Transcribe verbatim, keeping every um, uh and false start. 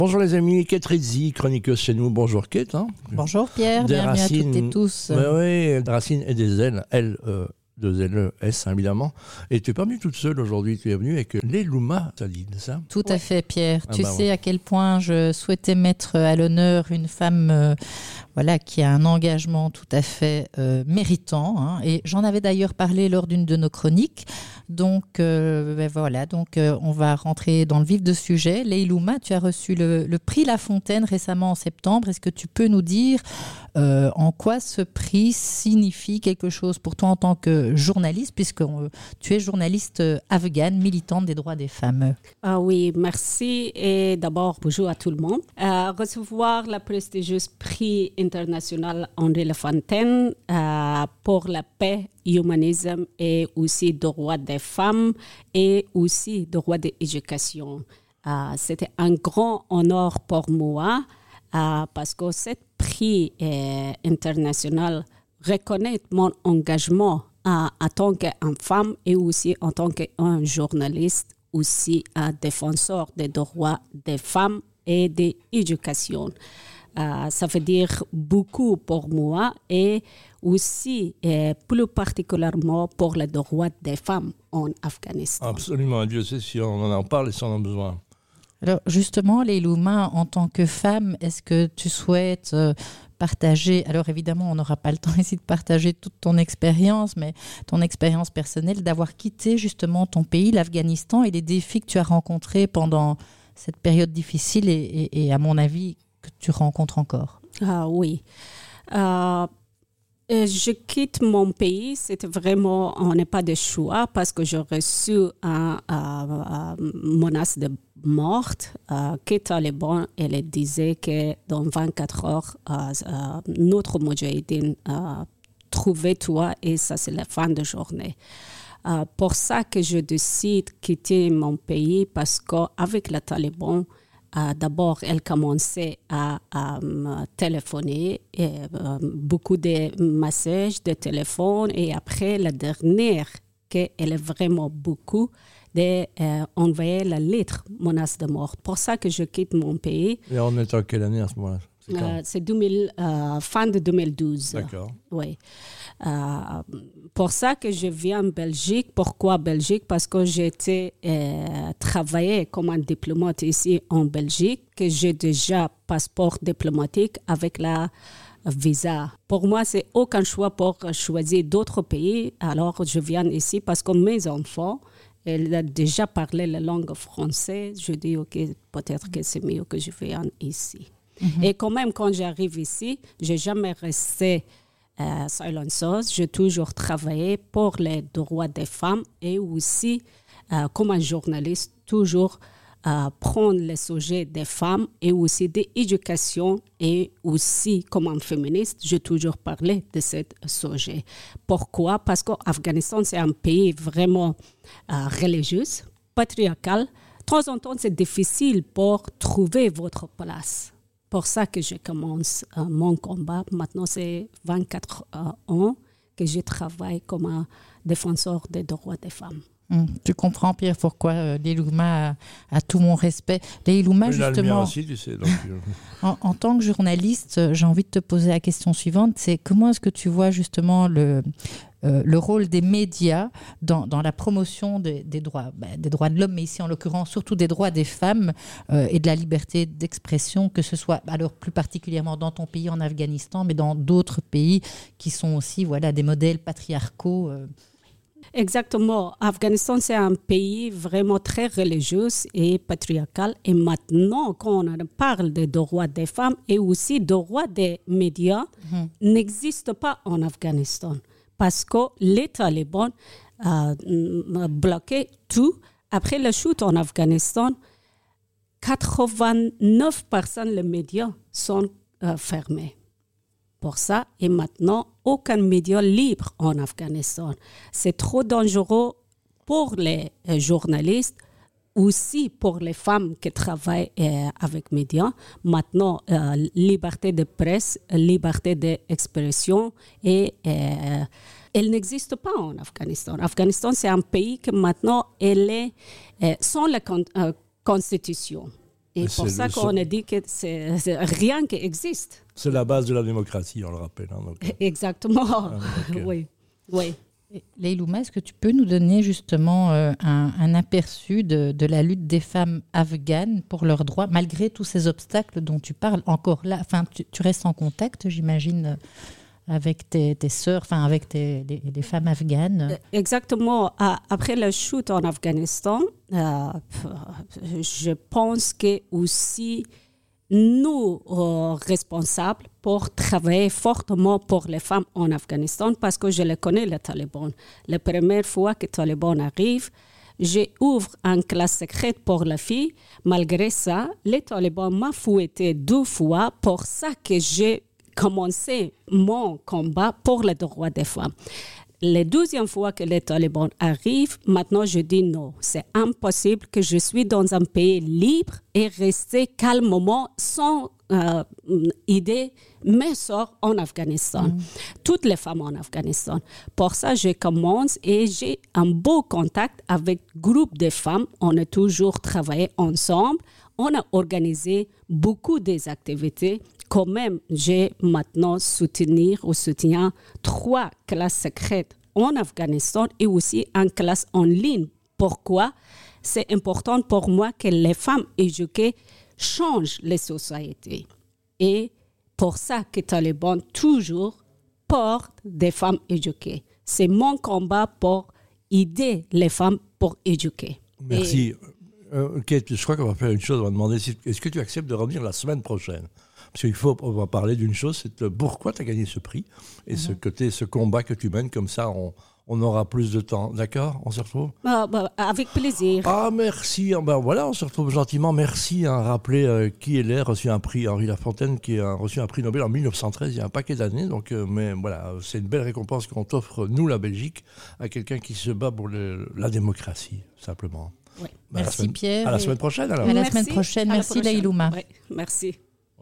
Bonjour les amis, Kate Rizzi, chroniqueuse chez nous. Bonjour Kate. Hein. Bonjour Pierre, des bienvenue racines, à toutes et tous. Bah oui, des racines et des ailes, L, E, deux L, E, S évidemment. Et tu n'es pas venue toute seule aujourd'hui, tu es venue avec Leiluma Saline, c'est ça? Tout ouais. à fait Pierre. Ah tu bah sais ouais. à quel point je souhaitais mettre à l'honneur une femme euh, voilà, qui a un engagement tout à fait euh, méritant. Hein. Et j'en avais d'ailleurs parlé lors d'une de nos chroniques. Donc euh, ben voilà, donc euh, on va rentrer dans le vif du sujet. Leiluma, tu as reçu le, le prix La Fontaine récemment en septembre. Est-ce que tu peux nous dire euh, en quoi ce prix signifie quelque chose pour toi en tant que journaliste, puisque euh, tu es journaliste afghane, militante des droits des femmes? Ah oui, merci et d'abord bonjour à tout le monde. Euh, recevoir le prestigieux prix international Henri La Fontaine euh, pour la paix, humanisme et aussi droits des femmes et aussi droits d'éducation. Euh, c'était un grand honneur pour moi euh, parce que ce prix euh, international reconnaît mon engagement euh, en tant qu'une femme et aussi en tant qu'un journaliste, aussi un défenseur des droits des femmes et de l'éducation. Euh, ça veut dire beaucoup pour moi et aussi et plus particulièrement pour les droits des femmes en Afghanistan. Absolument, Dieu sait si on en parle et si on en a besoin. Alors justement, Leiluma, en tant que femme, est-ce que tu souhaites euh, partager, alors évidemment on n'aura pas le temps ici de partager toute ton expérience, mais ton expérience personnelle d'avoir quitté justement ton pays, l'Afghanistan, et les défis que tu as rencontrés pendant cette période difficile et, et, et à mon avis que tu rencontres encore? Ah oui. Euh, je quitte mon pays, c'était vraiment, on n'est pas de choix parce que j'ai reçu un, un, un menace de mort euh, que Taliban elle disait que dans vingt-quatre heures, euh, euh, notre Moudjahidine euh, trouvait toi et ça c'est la fin de journée. Euh, pour ça que je décide de quitter mon pays parce qu'avec les talibans, Euh, d'abord, elle commençait à, à me téléphoner, et, euh, beaucoup de messages, de téléphones, et après, la dernière, qu'elle est vraiment beaucoup, d'envoyer euh, la lettre menace de mort. Pour ça que je quitte mon pays. Et on est en quelle année à ce moment-là? C'est, euh, c'est deux mille, euh, fin de deux mille douze. D'accord. Oui. Euh, pour ça que je viens en Belgique. Pourquoi Belgique? Parce que j'étais euh, travaillé comme un diplomate ici en Belgique, que j'ai déjà passeport diplomatique avec la visa. Pour moi, c'est aucun choix pour choisir d'autres pays. Alors, je viens ici parce que mes enfants, ils ont déjà parlé la langue française. Je dis, OK, peut-être que c'est mieux que je vienne ici. Mm-hmm. Et quand même, quand j'arrive ici, je n'ai jamais resté euh, silencieuse. J'ai toujours travaillé pour les droits des femmes et aussi, euh, comme un journaliste, toujours euh, prendre les sujets des femmes et aussi de l'éducation et aussi, comme un féministe, j'ai toujours parlé de ce sujet. Pourquoi? Parce qu'Afghanistan, c'est un pays vraiment euh, religieux, patriarcal. De temps en temps, c'est difficile pour trouver votre place. Pour ça que je commence euh, mon combat. Maintenant, c'est vingt-quatre euh, ans que je travaille comme un défenseur des droits des femmes. Mmh. Tu comprends, Pierre, pourquoi euh, Leiluma a, a tout mon respect. Leiluma, justement, aussi, tu sais, donc... en, en tant que journaliste, j'ai envie de te poser la question suivante, c'est comment est-ce que tu vois justement le, euh, le rôle des médias dans, dans la promotion des, des, droits, bah, des droits de l'homme, mais ici en l'occurrence surtout des droits des femmes euh, et de la liberté d'expression, que ce soit alors plus particulièrement dans ton pays en Afghanistan, mais dans d'autres pays qui sont aussi voilà, des modèles patriarcaux euh, Exactement. Afghanistan, c'est un pays vraiment très religieux et patriarcal. Et maintenant, quand on parle des droits des femmes et aussi des droits des médias, mm-hmm. n'existe pas en Afghanistan. Parce que les talibans euh, bloquaient tout. Après la chute en Afghanistan, quatre-vingt-neuf pour cent des médias sont euh, fermés. Pour ça, et maintenant, aucun média libre en Afghanistan. C'est trop dangereux pour les euh, journalistes, aussi pour les femmes qui travaillent euh, avec médias. Maintenant, euh, liberté de presse, liberté d'expression, et euh, elle n'existe pas en Afghanistan. Afghanistan, c'est un pays que maintenant, elle est euh, sans la con- euh, constitution. Et c'est pour ça qu'on a dit que c'est, c'est rien qui existe. C'est la base de la démocratie, on le rappelle. Hein, donc. Exactement. Ah, okay. Oui, oui. Leilouma, est-ce que tu peux nous donner justement euh, un, un aperçu de, de la lutte des femmes afghanes pour leurs droits, malgré tous ces obstacles dont tu parles encore là? Enfin, tu, tu restes en contact, j'imagine, avec tes, tes sœurs, enfin avec tes, les, les femmes afghanes. Exactement. Après la chute en Afghanistan, euh, je pense que aussi nous, euh, responsables, pour travailler fortement pour les femmes en Afghanistan, parce que je les connais, les talibans. La première fois que les talibans arrivent, j'ouvre une classe secrète pour la fille. Malgré ça, les talibans m'ont fouetté deux fois pour ça que j'ai commencé mon combat pour les droits des femmes. La deuxième fois que les talibans arrivent, maintenant je dis non, c'est impossible que je suis dans un pays libre et rester calmement sans euh, idée mes soeurs en Afghanistan, mmh. toutes les femmes en Afghanistan. Pour ça, je commence et j'ai un beau contact avec un groupe de femmes. On a toujours travaillé ensemble. On a organisé beaucoup des activités. Quand même, j'ai maintenant soutenu ou soutien trois classes secrètes en Afghanistan et aussi une classe en ligne. Pourquoi? C'est important pour moi que les femmes éduquées changent les sociétés. Et pour ça que les talibans toujours portent des femmes éduquées. C'est mon combat pour aider les femmes pour éduquer. Merci. Et... Euh, Kate, je crois qu'on va faire une chose. On va demander si, est-ce que tu acceptes de revenir la semaine prochaine? Parce qu'il faut, on va parler d'une chose, c'est pourquoi tu as gagné ce prix et mm-hmm. ce côté, ce combat que tu mènes, comme ça on, on aura plus de temps. D'accord? On se retrouve? bah, bah, Avec plaisir. Ah, merci. Ben voilà, on se retrouve gentiment. Merci. Hein, rappeler euh, qui est là, reçu un prix, Henri Lafontaine, qui a reçu un prix Nobel en mille neuf cent treize, il y a un paquet d'années. Donc, euh, mais voilà, c'est une belle récompense qu'on t'offre, nous, la Belgique, à quelqu'un qui se bat pour le, la démocratie, simplement. Oui. Ben, merci semaine, Pierre. À la semaine prochaine alors. À la merci. semaine prochaine. À merci la Leilouma. Oui, merci.